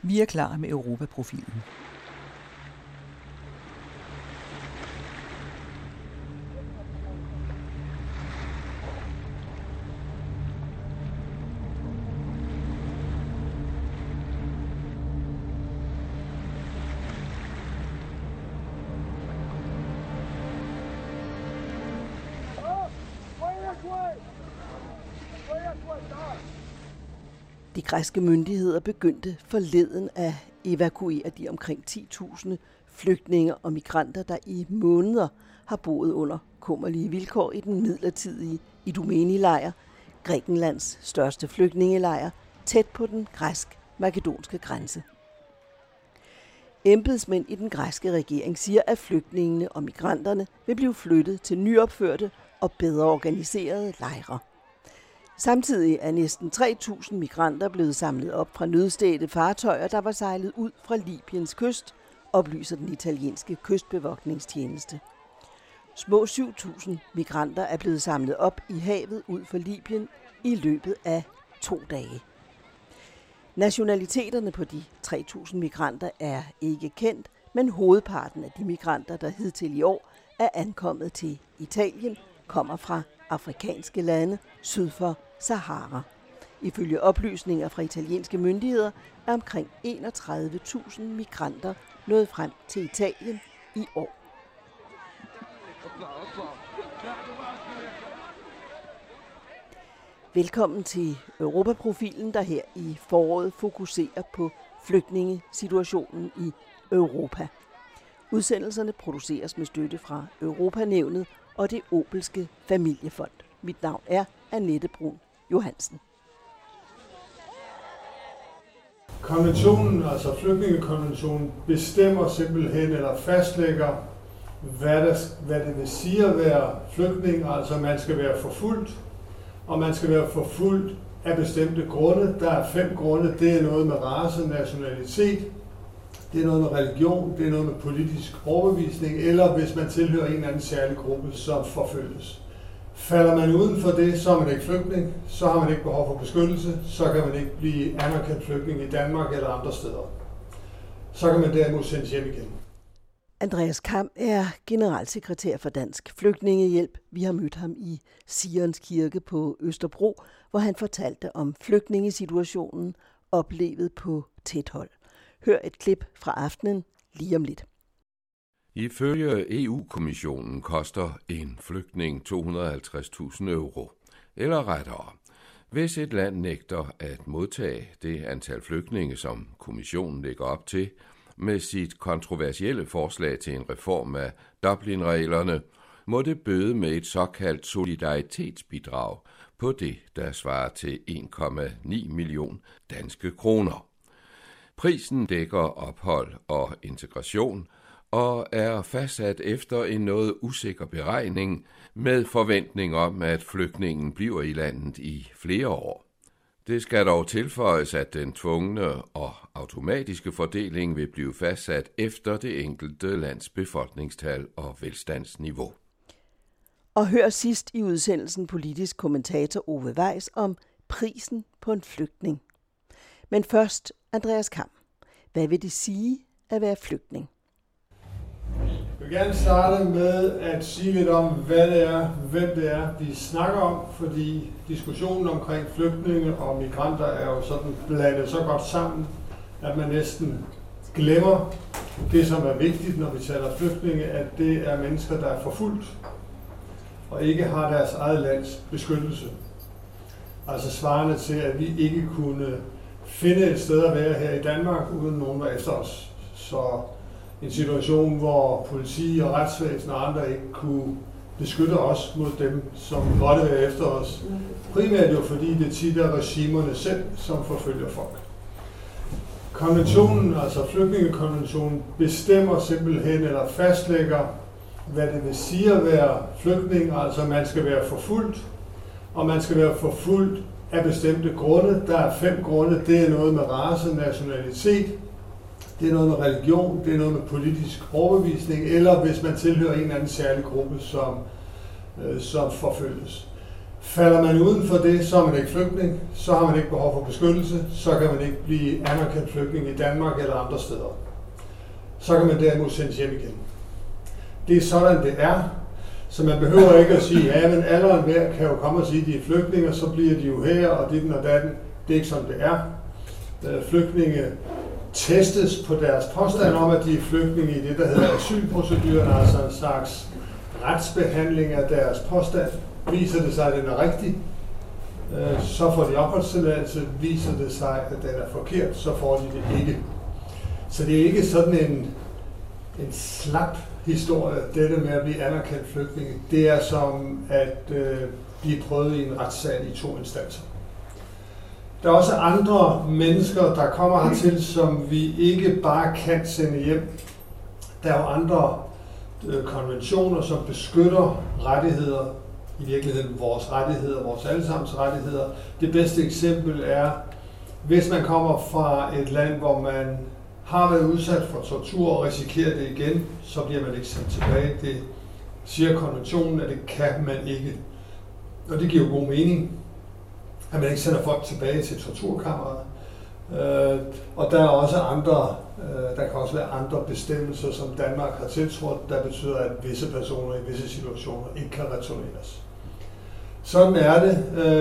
Vi er klar med Europaprofilen. De græske myndigheder begyndte forleden at evakuere de omkring 10.000 flygtninge og migranter, der i måneder har boet under kummerlige vilkår i den midlertidige Idomeni-lejr, Grækenlands største flygtningelejr, tæt på den græsk-makedonske grænse. Embedsmænd i den græske regering siger, at flygtningene og migranterne vil blive flyttet til nyopførte og bedre organiserede lejre. Samtidig er næsten 3.000 migranter blevet samlet op fra nødstedte fartøjer, der var sejlet ud fra Libyens kyst, oplyser den italienske kystbevogtningstjeneste. Små 7.000 migranter er blevet samlet op i havet ud for Libyen i løbet af 2 dage. Nationaliteterne på de 3.000 migranter er ikke kendt, men hovedparten af de migranter, der hidtil i år er ankommet til Italien, kommer fra afrikanske lande syd for Sahara. Ifølge oplysninger fra italienske myndigheder er omkring 31.000 migranter nået frem til Italien i år. Velkommen til Europaprofilen, der her i foråret fokuserer på flygtningesituationen i Europa. Udsendelserne produceres med støtte fra Europanævnet og det Obelske Familiefond. Mit navn er Annette Brun Johansen. Konventionen, altså flygtningekonventionen, bestemmer simpelthen eller fastlægger, hvad det vil sige at være flygtning. Altså man skal være forfulgt, og man skal være forfulgt af bestemte grunde. Der er 5 grunde. Det er noget med race, nationalitet, det er noget med religion, det er noget med politisk overbevisning, eller hvis man tilhører en eller anden særlig gruppe, som forfølges. Falder man uden for det, så er man ikke flygtning, så har man ikke behov for beskyttelse, så kan man ikke blive anerkendt flygtning i Danmark eller andre steder. Så kan man derimod sendes hjem igen. Andreas Kamm er generalsekretær for Dansk Flygtningehjælp. Vi har mødt ham i Sions Kirke på Østerbro, hvor han fortalte om flygtningesituationen oplevet på tæt hold. Hør et klip fra aftenen lige om lidt. Ifølge EU-kommissionen koster en flygtning 250.000 euro, eller rettere. Hvis et land nægter at modtage det antal flygtninge, som kommissionen lægger op til, med sit kontroversielle forslag til en reform af Dublin-reglerne, må det bøde med et såkaldt solidaritetsbidrag på det, der svarer til 1,9 million danske kroner. Prisen dækker ophold og integration og er fastsat efter en noget usikker beregning med forventning om, at flygtningen bliver i landet i flere år. Det skal dog tilføjes, at den tvungne og automatiske fordeling vil blive fastsat efter det enkelte lands befolkningstal og velstandsniveau. Og hør sidst i udsendelsen politisk kommentator Ove Weiss om prisen på en flygtning. Men først Andreas Kamm. Hvad vil det sige at være flygtning? Jeg vil gerne starte med at sige lidt om, hvad det er, hvem det er, vi snakker om, fordi diskussionen omkring flygtninge og migranter er jo sådan blandet så godt sammen, at man næsten glemmer det, som er vigtigt, når vi taler flygtninge, at det er mennesker, der er forfulgt og ikke har deres eget lands beskyttelse. Altså svarende til, at vi ikke kunne finde et sted at være her i Danmark, uden nogen var efter os. Så en situation, hvor politi og retsvæsen og andre ikke kunne beskytte os mod dem, som måtte være efter os. Primært jo fordi det tit er regimerne selv, som forfølger folk. Konventionen, altså flygtningekonventionen, bestemmer simpelthen eller fastlægger, hvad det vil sige at være flygtning. Altså man skal være forfulgt, og man skal være forfulgt af bestemte grunde. Der er 5 grunde. Det er noget med race, nationalitet, det er noget med religion, det er noget med politisk overbevisning, eller hvis man tilhører en eller anden særlig gruppe, som forfølges. Falder man uden for det, så er man ikke flygtning, så har man ikke behov for beskyttelse, så kan man ikke blive anerkendt flygtning i Danmark eller andre steder. Så kan man derimod sendes hjem igen. Det er sådan, det er. Så man behøver ikke at sige, ja, men alle og enhver kan jo komme og sige, at de er flygtninge, og så bliver de jo her, og ditten og datten. Det er ikke sådan, det er. Flygtninge testes på deres påstand om, at de er flygtninge i det, der hedder asylproceduren, altså en slags retsbehandling af deres påstand. Viser det sig, at den er rigtig, så får de opholdstilladelse. Viser det sig, at den er forkert, så får de det ikke. Så det er ikke sådan en slap historie, dette med at blive anerkendt flygtninge. Det er som at blive prøvet i en retssag i 2 instanser. Der er også andre mennesker, der kommer hertil, som vi ikke bare kan sende hjem. Der er jo andre konventioner, som beskytter rettigheder, i virkeligheden vores rettigheder, vores allesammens rettigheder. Det bedste eksempel er, hvis man kommer fra et land, hvor man har været udsat for tortur og risikerer det igen, så bliver man ikke sendt tilbage. Det siger konventionen, at det kan man ikke. Og det giver jo god mening, at man ikke sender folk tilbage til torturkammeret. Og der er også andre, der kan også være andre bestemmelser, som Danmark har tiltrådt, der betyder, at visse personer i visse situationer ikke kan returneres. Sådan er det.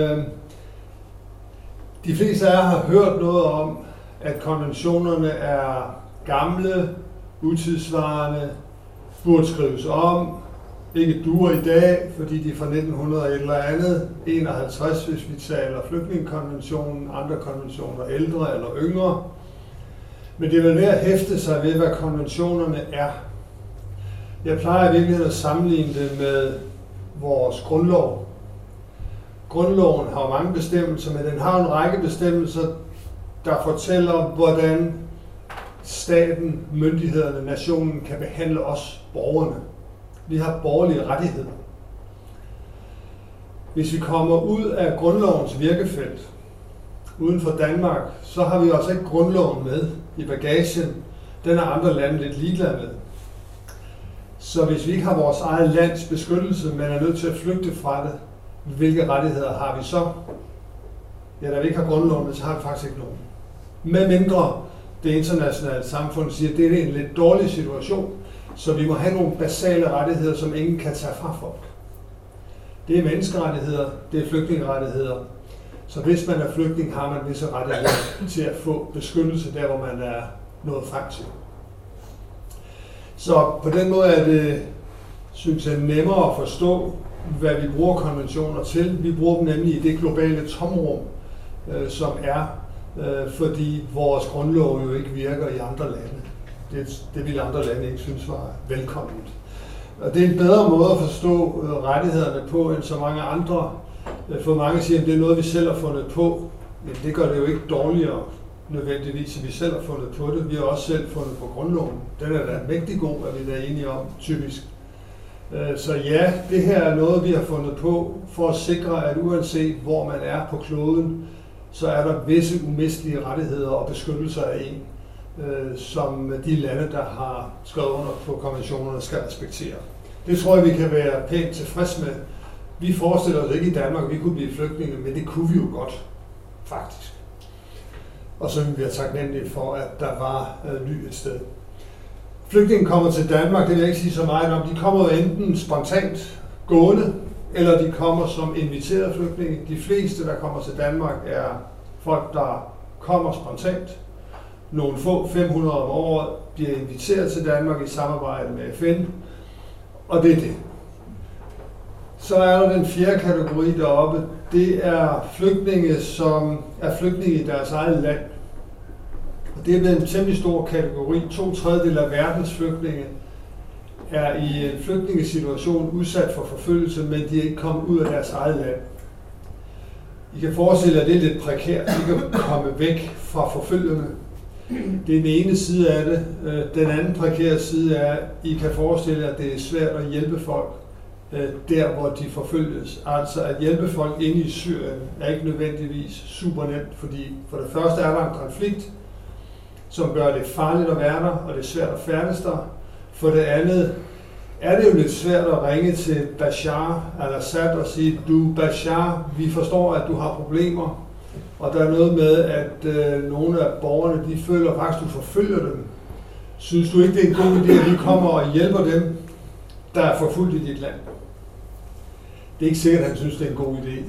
De fleste af jer har hørt noget om, at konventionerne er gamle, utidssvarende, burde skrives om, ikke duer i dag, fordi de er fra 1900 eller andet, 51, hvis vi taler flygtningekonventionen, andre konventioner ældre eller yngre. Men det vil være at hæfte sig ved, hvad konventionerne er. Jeg plejer i virkeligheden at sammenligne det med vores grundlov. Grundloven har mange bestemmelser, men den har en række bestemmelser, der fortæller, hvordan staten, myndighederne, nationen kan behandle os, borgerne. Vi har borgerlige rettigheder. Hvis vi kommer ud af grundlovens virkefelt, uden for Danmark, så har vi også ikke grundloven med i bagagen. Den er andre lande lidt ligeglade med. Så hvis vi ikke har vores eget lands beskyttelse, men er nødt til at flygte fra det, hvilke rettigheder har vi så? Ja, da vi ikke har grundloven, så har vi faktisk ikke nogen. Med mindre det internationale samfund siger, at det er en lidt dårlig situation, så vi må have nogle basale rettigheder, som ingen kan tage fra folk. Det er menneskerettigheder, det er flygtningerettigheder. Så hvis man er flygtning, har man visse rettigheder til at få beskyttelse der, hvor man er nået frem til. Så på den måde er det, synes jeg, nemmere at forstå, hvad vi bruger konventioner til. Vi bruger dem nemlig i det globale tomrum, som er, fordi vores grundlov jo ikke virker i andre lande. Det ville andre lande ikke synes var velkomment. Og det er en bedre måde at forstå rettighederne på, end så mange andre. For mange siger, at det er noget, vi selv har fundet på. Men det gør det jo ikke dårligere nødvendigvis, at vi selv har fundet på det. Vi har også selv fundet på grundloven. Den er da mægtig god, at vi er enige om, typisk. Så ja, det her er noget, vi har fundet på for at sikre, at uanset hvor man er på kloden, så er der visse umistelige rettigheder og beskyttelser af en, som de lande, der har skrevet under på konventionerne, skal respektere. Det tror jeg, vi kan være pænt tilfreds med. Vi forestiller os ikke i Danmark, at vi kunne blive flygtninge, men det kunne vi jo godt, faktisk. Og så vil vi være taknemmelige for, at der var ly et sted. Flygtningen kommer til Danmark, det vil jeg ikke sige så meget om. De kommer jo enten spontant gående, eller de kommer som inviterede flygtninge. De fleste, der kommer til Danmark, er folk, der kommer spontant. Nogle få, 500 om året, bliver inviteret til Danmark i samarbejde med FN, og det er det. Så er der den fjerde kategori deroppe. Det er flygtninge, som er flygtninge i deres eget land. Og det er blevet en temmelig stor kategori. 2/3 af verdens flygtninge er i en flygtningesituation udsat for forfølgelse, men de er ikke kommet ud af deres eget land. I kan forestille jer, at det er lidt prekært. De kan komme væk fra forfølgerne. Det er den ene side af det. Den anden prekære side er, at I kan forestille jer, at det er svært at hjælpe folk der, hvor de forfølges. Altså at hjælpe folk inde i Syrien er ikke nødvendigvis super nemt, fordi for det første er der en konflikt, som gør det farligt at være der, og det er svært at færdes der. For det andet er det jo lidt svært at ringe til Bashar al-Assad og sige, du Bashar, vi forstår, at du har problemer, og der er noget med, at nogle af borgerne, de føler faktisk, at du forfølger dem. Synes du ikke, det er en god idé, at vi kommer og hjælper dem, der er forfulgt i dit land? Det er ikke sikkert, at han synes, det er en god idé.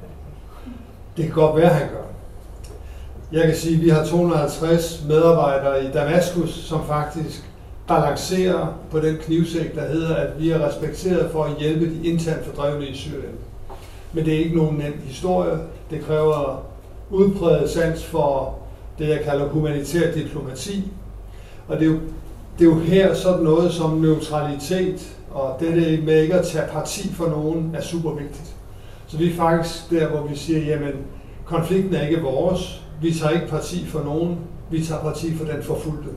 Det kan godt være, at han gør. Jeg kan sige, at vi har 250 medarbejdere i Damaskus, som faktisk balancerer på den knivsæk, der hedder, at vi er respekteret for at hjælpe de internt fordrevne i Syrien. Men det er ikke nogen nem historie. Det kræver udpræget sans for det, jeg kalder humanitær diplomati. Og det er jo her sådan noget som neutralitet, og det med ikke at tage parti for nogen, er super vigtigt. Så vi er faktisk der, hvor vi siger, jamen, konflikten er ikke vores. Vi tager ikke parti for nogen. Vi tager parti for den forfulgte.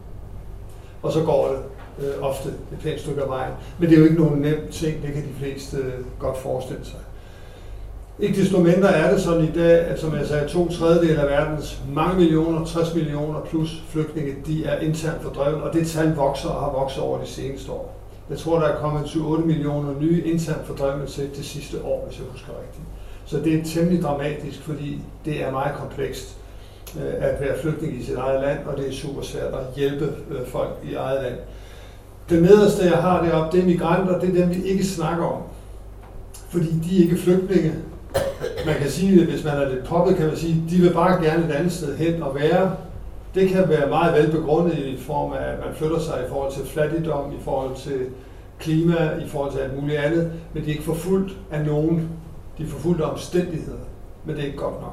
Og så går det ofte et pænt stykke af vejen. Men det er jo ikke nogen nem ting, det kan de fleste godt forestille sig. Ikke desto mindre er det sådan i dag, at som jeg sagde, 2/3 af verdens mange millioner, 60 millioner plus flygtninge, de er internt fordrevet, og det tal vokser og har vokset over de seneste år. Jeg tror, der er kommet 7-8 millioner nye internt fordrevne til det sidste år, hvis jeg husker rigtigt. Så det er temmelig dramatisk, fordi det er meget komplekst at være flygtning i sit eget land, og det er super svært at hjælpe folk i eget land. Det nederste, jeg har deroppe, det er migranter, det er dem, vi ikke snakker om. Fordi de er ikke flygtninge. Man kan sige det, hvis man er lidt poppet, kan man sige, de vil bare gerne et andet sted hen og være. Det kan være meget velbegrundet i form af, at man flytter sig i forhold til fattigdom, i forhold til klima, i forhold til alt muligt andet, men de er ikke forfulgt af nogen. De er forfulgt af omstændigheder, men det er ikke godt nok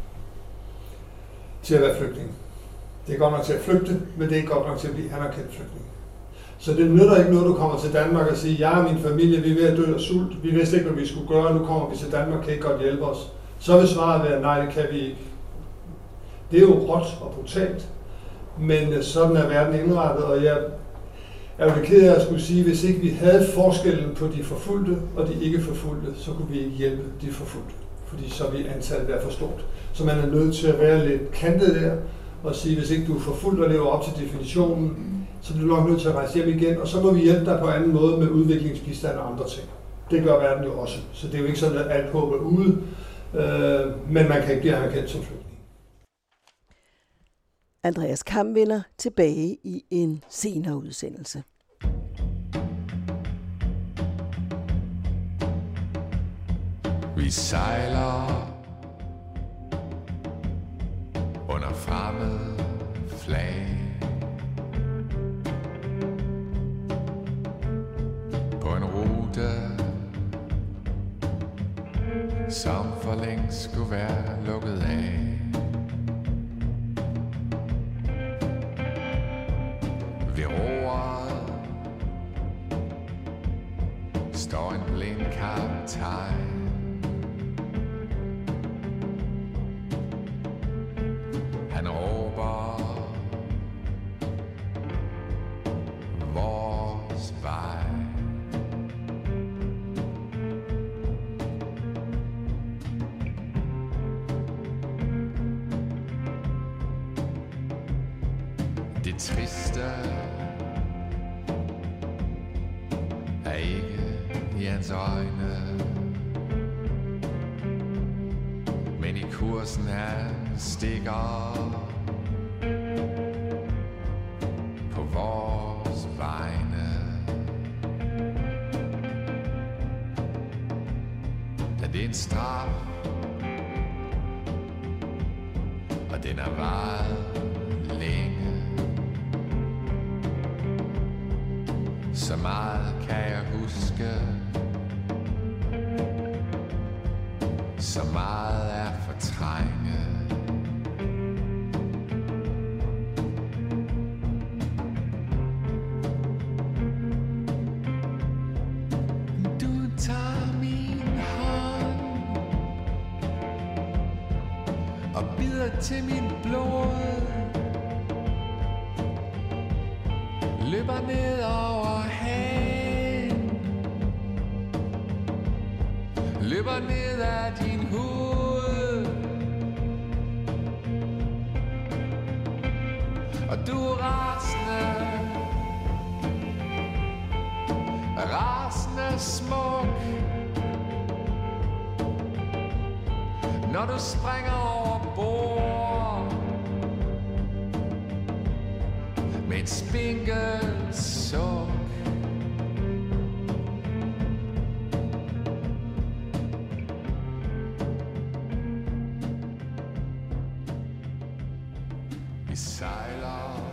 til at være flygtning. Det er godt nok til at flygte, men det er ikke godt nok til at blive anerkendt flygtning. Så det nytter ikke noget, du kommer til Danmark og siger, jeg og min familie, vi er ved at dø af sult, vi vidste ikke, hvad vi skulle gøre, nu kommer vi til Danmark, kan I godt hjælpe os? Så vil svaret være, nej, det kan vi ikke. Det er jo råt og brutalt, men sådan er verden indrettet, og jeg er jo det ked af at skulle sige, hvis ikke vi havde forskellen på de forfulgte og de ikke forfulgte, så kunne vi ikke hjælpe de forfulgte, fordi så vil antallet være for stort. Så man er nødt til at være lidt kantet der og sige, hvis ikke du er forfulgt og lever op til definitionen, så bliver du nok nødt til at rejse hjem igen, og så må vi hjælpe dig på anden måde med udviklingsbistand og andre ting. Det gør verden jo også, så det er jo ikke sådan, at alt håb er ude, men man kan ikke blive anerkendt som flygtning. Andreas Kamm vender tilbage i en senere udsendelse. Vi sejler under fremmede flag på en rute, som for længst skulle være lukket af. Ved roret står en blind kaptajn. Han råber vores vej. Det triste er ikke i hans øjne, men i kursen han stikker på vores vegne. Ja, det er en straf, og den er varet længe. Så meget kan jeg huske, så meget er fortrænget. Du tager min hånd og bider til min blod, løber ned over hagen, løber ned ad din hoved, og du er rasende, rasende smuk. Når du springer over bord med et spinkelt suk. Vi sejler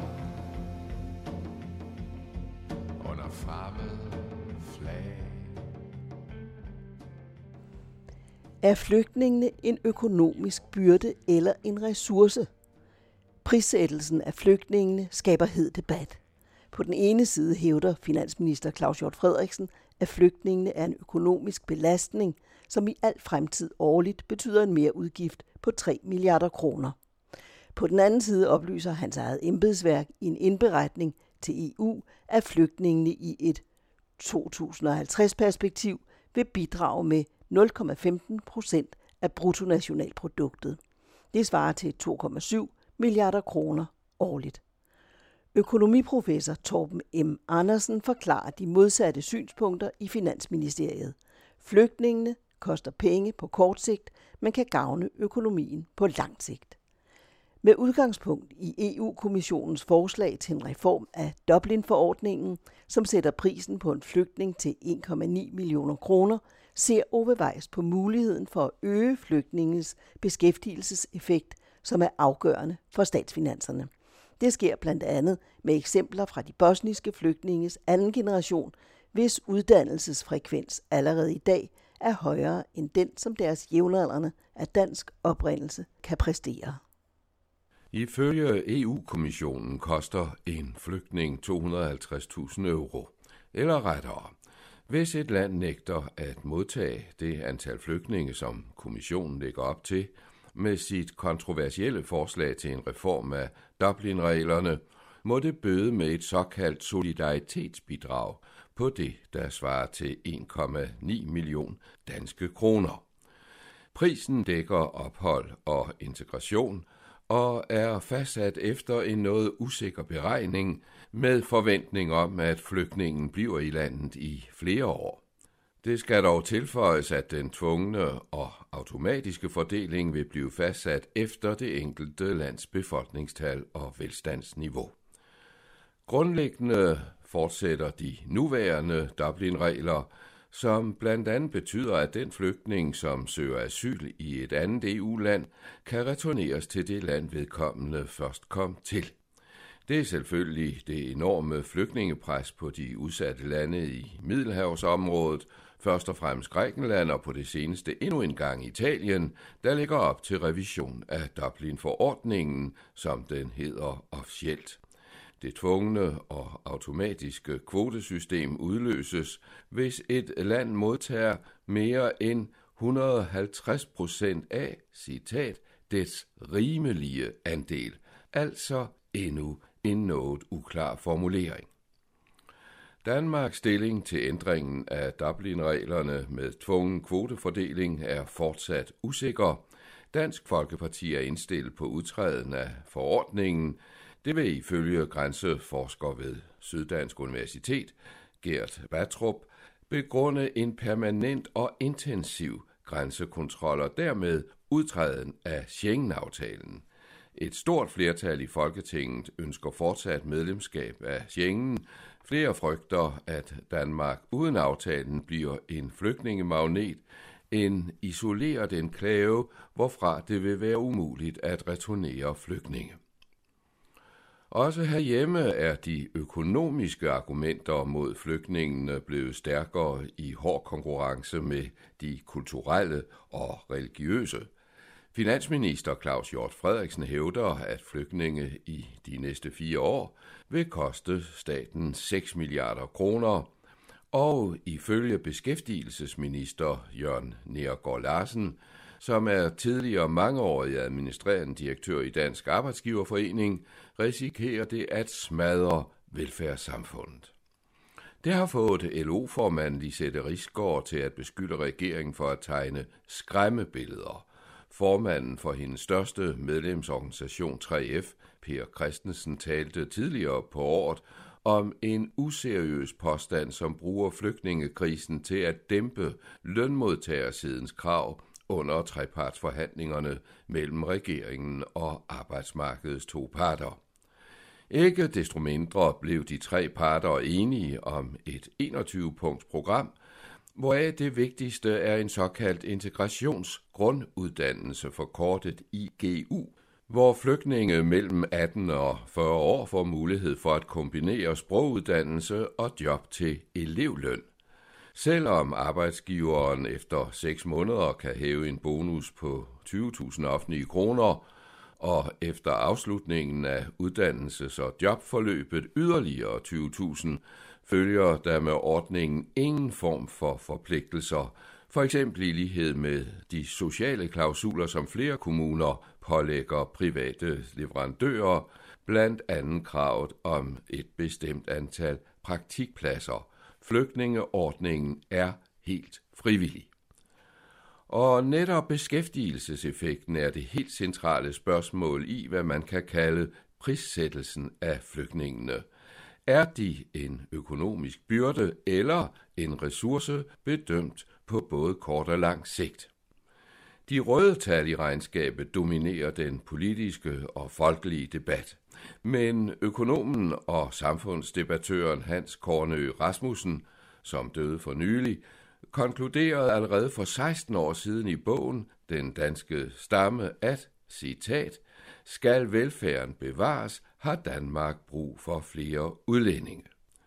under fremmed flag. Er flygtningene en økonomisk byrde eller en ressource? Prissættelsen af flygtningene skaber hed debat. På den ene side hævder finansminister Claus Hjort Frederiksen, at flygtningene er en økonomisk belastning, som i al fremtid årligt betyder en merudgift på 3 milliarder kroner. På den anden side oplyser hans eget embedsværk i en indberetning til EU, at flygtningene i et 2050-perspektiv vil bidrage med 0,15% af bruttonationalproduktet. Det svarer til 2,7 milliarder kroner årligt. Økonomiprofessor Torben M. Andersen forklarer de modsatte synspunkter i Finansministeriet. Flygtningene koster penge på kort sigt, men kan gavne økonomien på lang sigt. Med udgangspunkt i EU-kommissionens forslag til en reform af Dublin-forordningen, som sætter prisen på en flygtning til 1,9 millioner kroner, ser Ove Weiss på muligheden for at øge flygtninges beskæftigelseseffekt, som er afgørende for statsfinanserne. Det sker blandt andet med eksempler fra de bosniske flygtninges anden generation, hvis uddannelsesfrekvens allerede i dag er højere end den, som deres jævnaldrende af dansk oprindelse kan præstere. Ifølge EU-kommissionen koster en flygtning 250.000 euro, eller rettere. Hvis et land nægter at modtage det antal flygtninge, som kommissionen lægger op til, med sit kontroversielle forslag til en reform af Dublin-reglerne, må det bøde med et såkaldt solidaritetsbidrag på det, der svarer til 1,9 million danske kroner. Prisen dækker ophold og integration og er fastsat efter en noget usikker beregning med forventning om, at flygtningen bliver i landet i flere år. Det skal dog tilføjes, at den tvungne og automatiske fordeling vil blive fastsat efter det enkelte lands befolkningstal og velstandsniveau. Grundlæggende fortsætter de nuværende Dublin-regler, som blandt andet betyder, at den flygtning, som søger asyl i et andet EU-land, kan returneres til det land, vedkommende først kom til. Det er selvfølgelig det enorme flygtningepres på de udsatte lande i Middelhavsområdet, først og fremmest Grækenland og på det seneste endnu en gang Italien, der lægger op til revision af Dublin-forordningen, som den hedder officielt. Det tvungne og automatiske kvotesystem udløses, hvis et land modtager mere end 150% af, citat, dets rimelige andel, altså endnu en noget uklar formulering. Danmarks stilling til ændringen af Dublin-reglerne med tvungen kvotefordeling er fortsat usikker. Dansk Folkeparti er indstillet på udtræden af forordningen. Det vil ifølge grænseforsker ved Syddansk Universitet, Gert Battrup, begrunde en permanent og intensiv grænsekontrol og dermed udtræden af Schengen-aftalen. Et stort flertal i Folketinget ønsker fortsat medlemskab af Schengen. Flere frygter, at Danmark uden aftalen bliver en flygtningemagnet, en isoleret enklave, hvorfra det vil være umuligt at returnere flygtninge. Også herhjemme er de økonomiske argumenter mod flygtningene blevet stærkere i hård konkurrence med de kulturelle og religiøse. Finansminister Claus Hjort Frederiksen hævder, at flygtninge i de næste 4 år vil koste staten 6 milliarder kroner, og ifølge beskæftigelsesminister Jørgen Neergaard Larsen, som er tidligere mangeårig administrerende direktør i Dansk Arbejdsgiverforening, risikerer det at smadre velfærdssamfundet. Det har fået LO-formand Lisette Risgaard til at beskylde regeringen for at tegne skræmmebilleder. Formanden for hendes største medlemsorganisation 3F, Per Christensen, talte tidligere på året om en useriøs påstand, som bruger flygtningekrisen til at dæmpe lønmodtagersidens krav under trepartsforhandlingerne mellem regeringen og arbejdsmarkedets to parter. Ikke desto mindre blev de tre parter enige om et 21-punkts program, hvoraf det vigtigste er en såkaldt integrationsgrunduddannelse, forkortet IGU, hvor flygtninge mellem 18 og 40 år får mulighed for at kombinere sproguddannelse og job til elevløn. Selvom arbejdsgiveren efter 6 måneder kan hæve en bonus på 20.000 offentlige kroner, og efter afslutningen af uddannelses- og jobforløbet yderligere 20.000, følger der med ordningen ingen form for forpligtelser, for eksempel i lighed med de sociale klausuler, som flere kommuner pålægger private leverandører, blandt andet kravet om et bestemt antal praktikpladser. Flygtningeordningen er helt frivillig. Og netop beskæftigelseseffekten er det helt centrale spørgsmål i, hvad man kan kalde prissættelsen af flygtningene. Er de en økonomisk byrde eller en ressource bedømt på både kort og lang sigt? De røde tal i regnskabet dominerer den politiske og folkelige debat. Men økonomen og samfundsdebattøren Hans Kornø Rasmussen, som døde for nylig, konkluderede allerede for 16 år siden i bogen Den danske stamme, at, citat, skal velfærden bevares, har Danmark brug for flere udlændinge.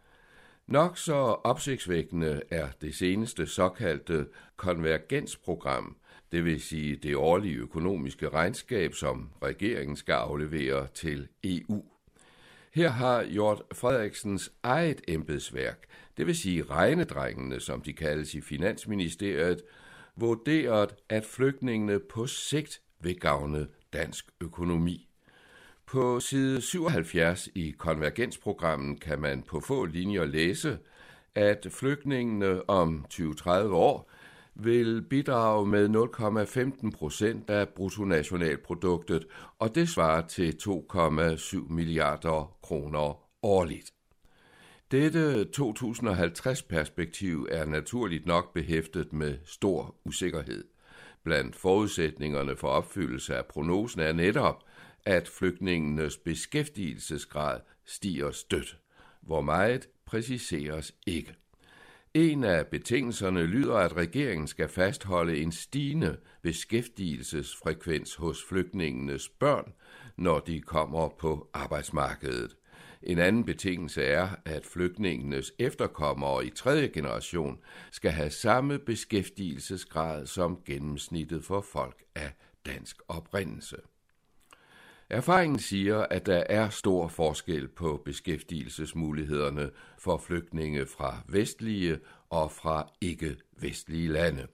Nok så opsigtsvækkende er det seneste såkaldte konvergensprogram, det vil sige det årlige økonomiske regnskab, som regeringen skal aflevere til EU. Her har Hjort Frederiksens eget embedsværk, det vil sige regnedrengene, som de kaldes i Finansministeriet, vurderet, at flygtningene på sigt vil gavne dansk økonomi. På side 77 i konvergensprogrammet kan man på få linjer læse, at flygtningene om 20-30 år vil bidrage med 0,15% af bruttonationalproduktet, og det svarer til 2,7 milliarder kroner årligt. Dette 2050-perspektiv er naturligt nok behæftet med stor usikkerhed. Blandt forudsætningerne for opfyldelse af prognosen er netop, at flygtningenes beskæftigelsesgrad stiger støt. Hvor meget præciseres ikke. En af betingelserne lyder, at regeringen skal fastholde en stigende beskæftigelsesfrekvens hos flygtningenes børn, når de kommer på arbejdsmarkedet. En anden betingelse er, at flygtningenes efterkommere i 3. generation skal have samme beskæftigelsesgrad som gennemsnittet for folk af dansk oprindelse. Erfaringen siger, at der er stor forskel på beskæftigelsesmulighederne for flygtninge fra vestlige og fra ikke-vestlige lande,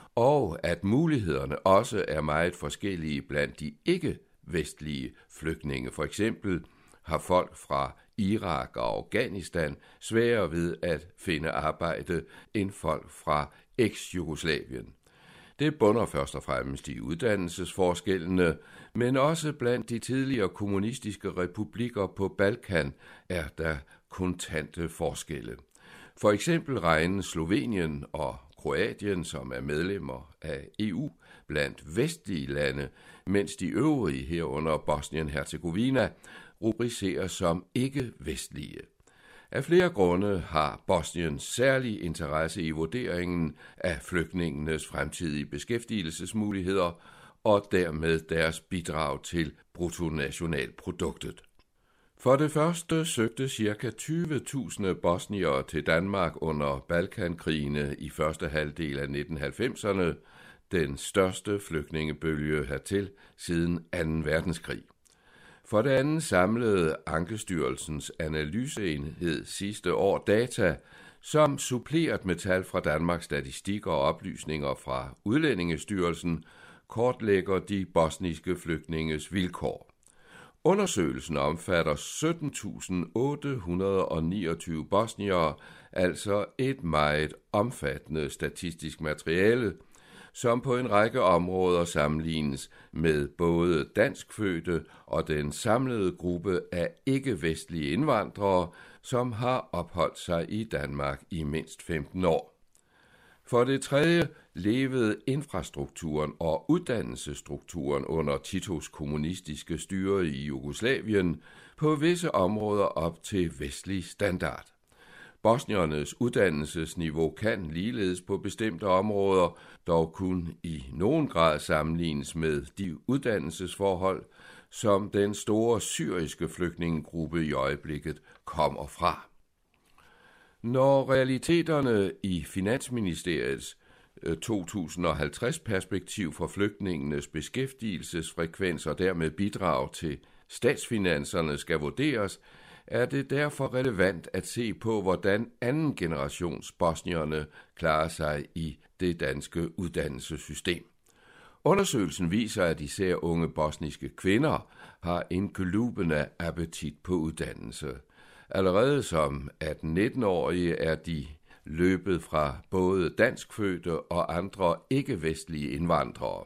og at mulighederne også er meget forskellige blandt de ikke-vestlige flygtninge. For eksempel har folk fra Irak og Afghanistan sværere ved at finde arbejde end folk fra eks-Jugoslavien. Det bunder først og fremmest i uddannelsesforskellene, men også blandt de tidligere kommunistiske republikker på Balkan er der kontante forskelle. For eksempel regnes Slovenien og Kroatien, som er medlemmer af EU, blandt vestlige lande, mens de øvrige herunder Bosnien-Hercegovina rubriceres som ikke-vestlige. Af flere grunde har Bosnien særlig interesse i vurderingen af flygtningenes fremtidige beskæftigelsesmuligheder og dermed deres bidrag til bruttonationalproduktet. For det første søgte ca. 20.000 bosniere til Danmark under Balkankrigene i første halvdel af 1990'erne, den største flygtningebølge hertil siden 2. verdenskrig. For det andet samlede Ankestyrelsens analyseenhed sidste år data, som suppleret med tal fra Danmarks Statistik og oplysninger fra Udlændingestyrelsen, kortlægger de bosniske flygtninges vilkår. Undersøgelsen omfatter 17.829 bosniere, altså et meget omfattende statistisk materiale, som på en række områder sammenlignes med både danskfødte og den samlede gruppe af ikke-vestlige indvandrere, som har opholdt sig i Danmark i mindst 15 år. For det tredje levede infrastrukturen og uddannelsesstrukturen under Titos kommunistiske styre i Jugoslavien på visse områder op til vestlig standard. Bosniernes uddannelsesniveau kan ligeledes på bestemte områder dog kun i nogen grad sammenlignes med de uddannelsesforhold, som den store syriske flygtningegruppe i øjeblikket kommer fra. Når realiteterne i Finansministeriets 2050-perspektiv for flygtningenes beskæftigelsesfrekvens og dermed bidrag til statsfinanserne skal vurderes, er det derfor relevant at se på, hvordan anden generations bosnierne klarer sig i det danske uddannelsessystem. Undersøgelsen viser, at især unge bosniske kvinder har en glubende appetit på uddannelse. Allerede som 18-19-årige er de løbet fra både danskfødte og andre ikke-vestlige indvandrere.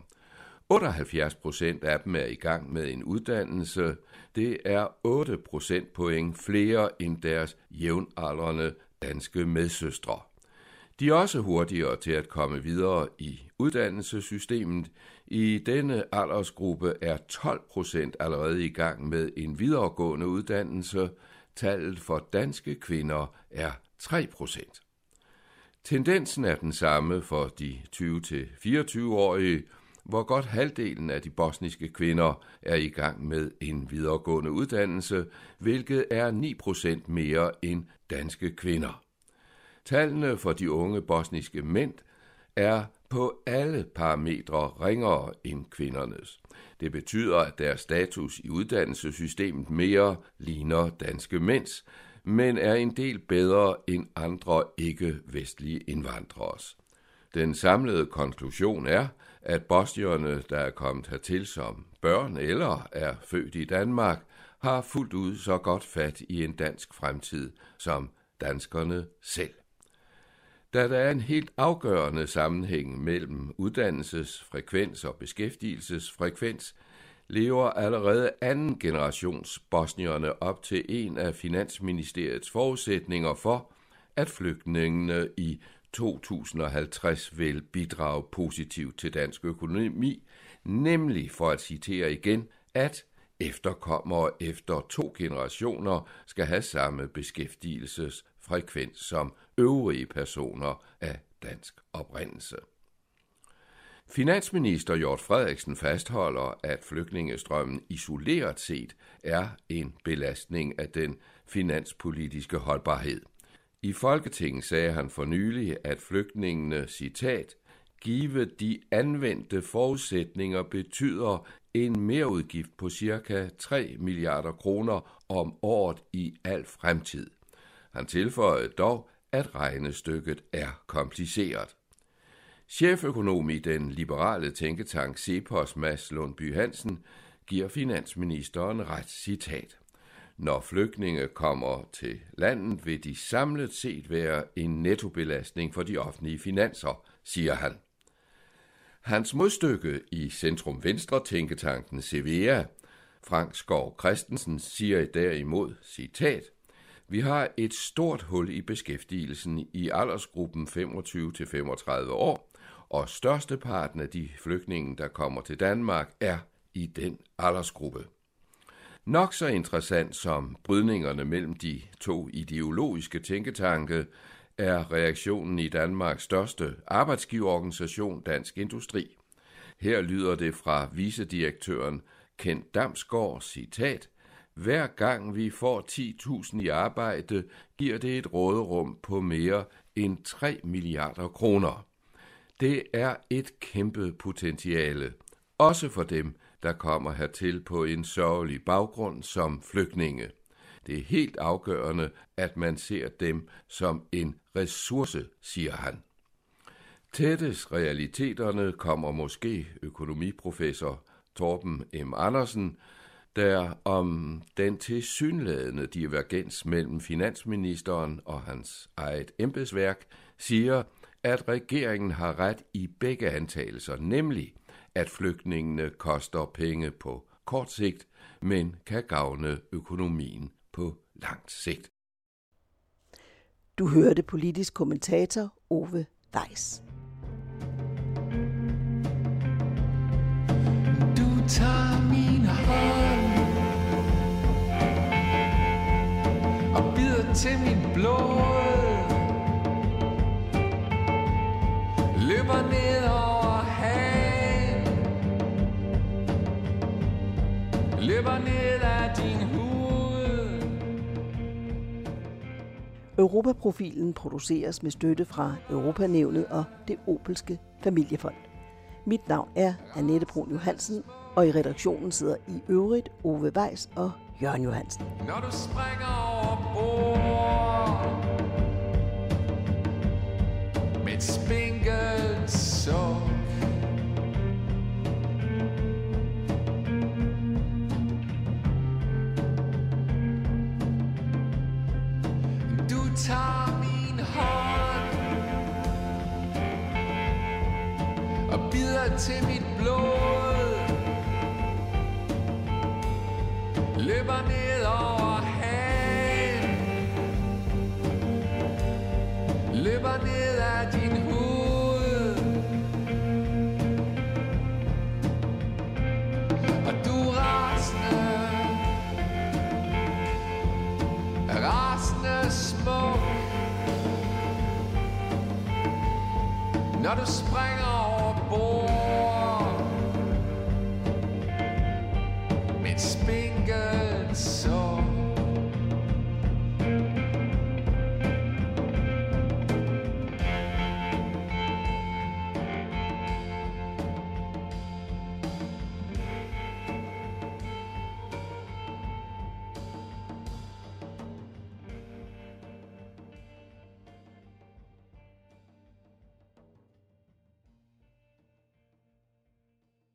78% af dem er i gang med en uddannelse. Det er 8 procentpoint flere end deres jævnaldrende danske medsøstre. De er også hurtigere til at komme videre i uddannelsessystemet. I denne aldersgruppe er 12% allerede i gang med en videregående uddannelse. Tallet for danske kvinder er 3%. Tendensen er den samme for de 20-24-årige, hvor godt halvdelen af de bosniske kvinder er i gang med en videregående uddannelse, hvilket er 9% mere end danske kvinder. Tallene for de unge bosniske mænd er på alle parametre ringere end kvindernes. Det betyder, at deres status i uddannelsessystemet mere ligner danske mænds, men er en del bedre end andre ikke-vestlige indvandreres. Den samlede konklusion er, at bosnierne, der er kommet hertil som børn eller er født i Danmark, har fuldt ud så godt fat i en dansk fremtid som danskerne selv. Da der er en helt afgørende sammenhæng mellem uddannelsesfrekvens og beskæftigelsesfrekvens, lever allerede anden generations bosnierne op til en af Finansministeriets forudsætninger for, at flygtningene i 2050 vil bidrage positivt til dansk økonomi, nemlig for at citere igen, at efterkommere efter 2 generationer skal have samme beskæftigelsesfrekvens som øvrige personer af dansk oprindelse. Finansminister Jort Frederiksen fastholder, at flygtningestrømmen isoleret set er en belastning af den finanspolitiske holdbarhed. I Folketinget sagde han for nylig, at flygtningene, citat, givet de anvendte forudsætninger betyder en merudgift på ca. 3 milliarder kroner om året i al fremtid. Han tilføjede dog, at regnestykket er kompliceret. Cheføkonom i den liberale tænketank CEPOS Mads Lundby Hansen giver finansministeren ret, citat. Når flygtninge kommer til landet, vil de samlet set være en nettobelastning for de offentlige finanser, siger han. Hans modstykke i Centrum Venstre tænketanken CVEA, Frank Skov Christensen, siger derimod, citat, vi har et stort hul i beskæftigelsen i aldersgruppen 25-35 år, og størsteparten af de flygtninge, der kommer til Danmark, er i den aldersgruppe. Nok så interessant som brydningerne mellem de 2 ideologiske tænketanke, er reaktionen i Danmarks største arbejdsgiverorganisation, Dansk Industri. Her lyder det fra vicedirektøren Kent Damsgaard, citat, hver gang vi får 10.000 i arbejde, giver det et råderum på mere end 3 milliarder kroner. Det er et kæmpe potentiale, også for dem, der kommer hertil på en sørgelig baggrund som flygtninge. Det er helt afgørende, at man ser dem som en ressource, siger han. Tættest realiteterne kommer måske økonomiprofessor Torben M. Andersen, der om den tilsyneladende divergens mellem finansministeren og hans eget embedsværk siger, at regeringen har ret i begge antagelser, nemlig at flygtningene koster penge på kort sigt, men kan gavne økonomien på langt sigt. Du hørte politisk kommentator Ove Weiss. Du tager min hånd og bider til min blod, løber ned over hagen, løber ned af din hud. Europaprofilen produceres med støtte fra Europanævnet og det Obelske Familiefond. Mit navn er Annette Brun Johansen, og i redaktionen sidder i øvrigt Ove Weiss og Jørgen Johansen. Når du springer over bord med et spinkelt suk, du tager min hånd og bider til mit blod, løber ned over hagen, løber ned af din hud, og du er rasende smuk, når du springer over bord med et spinkelt suk.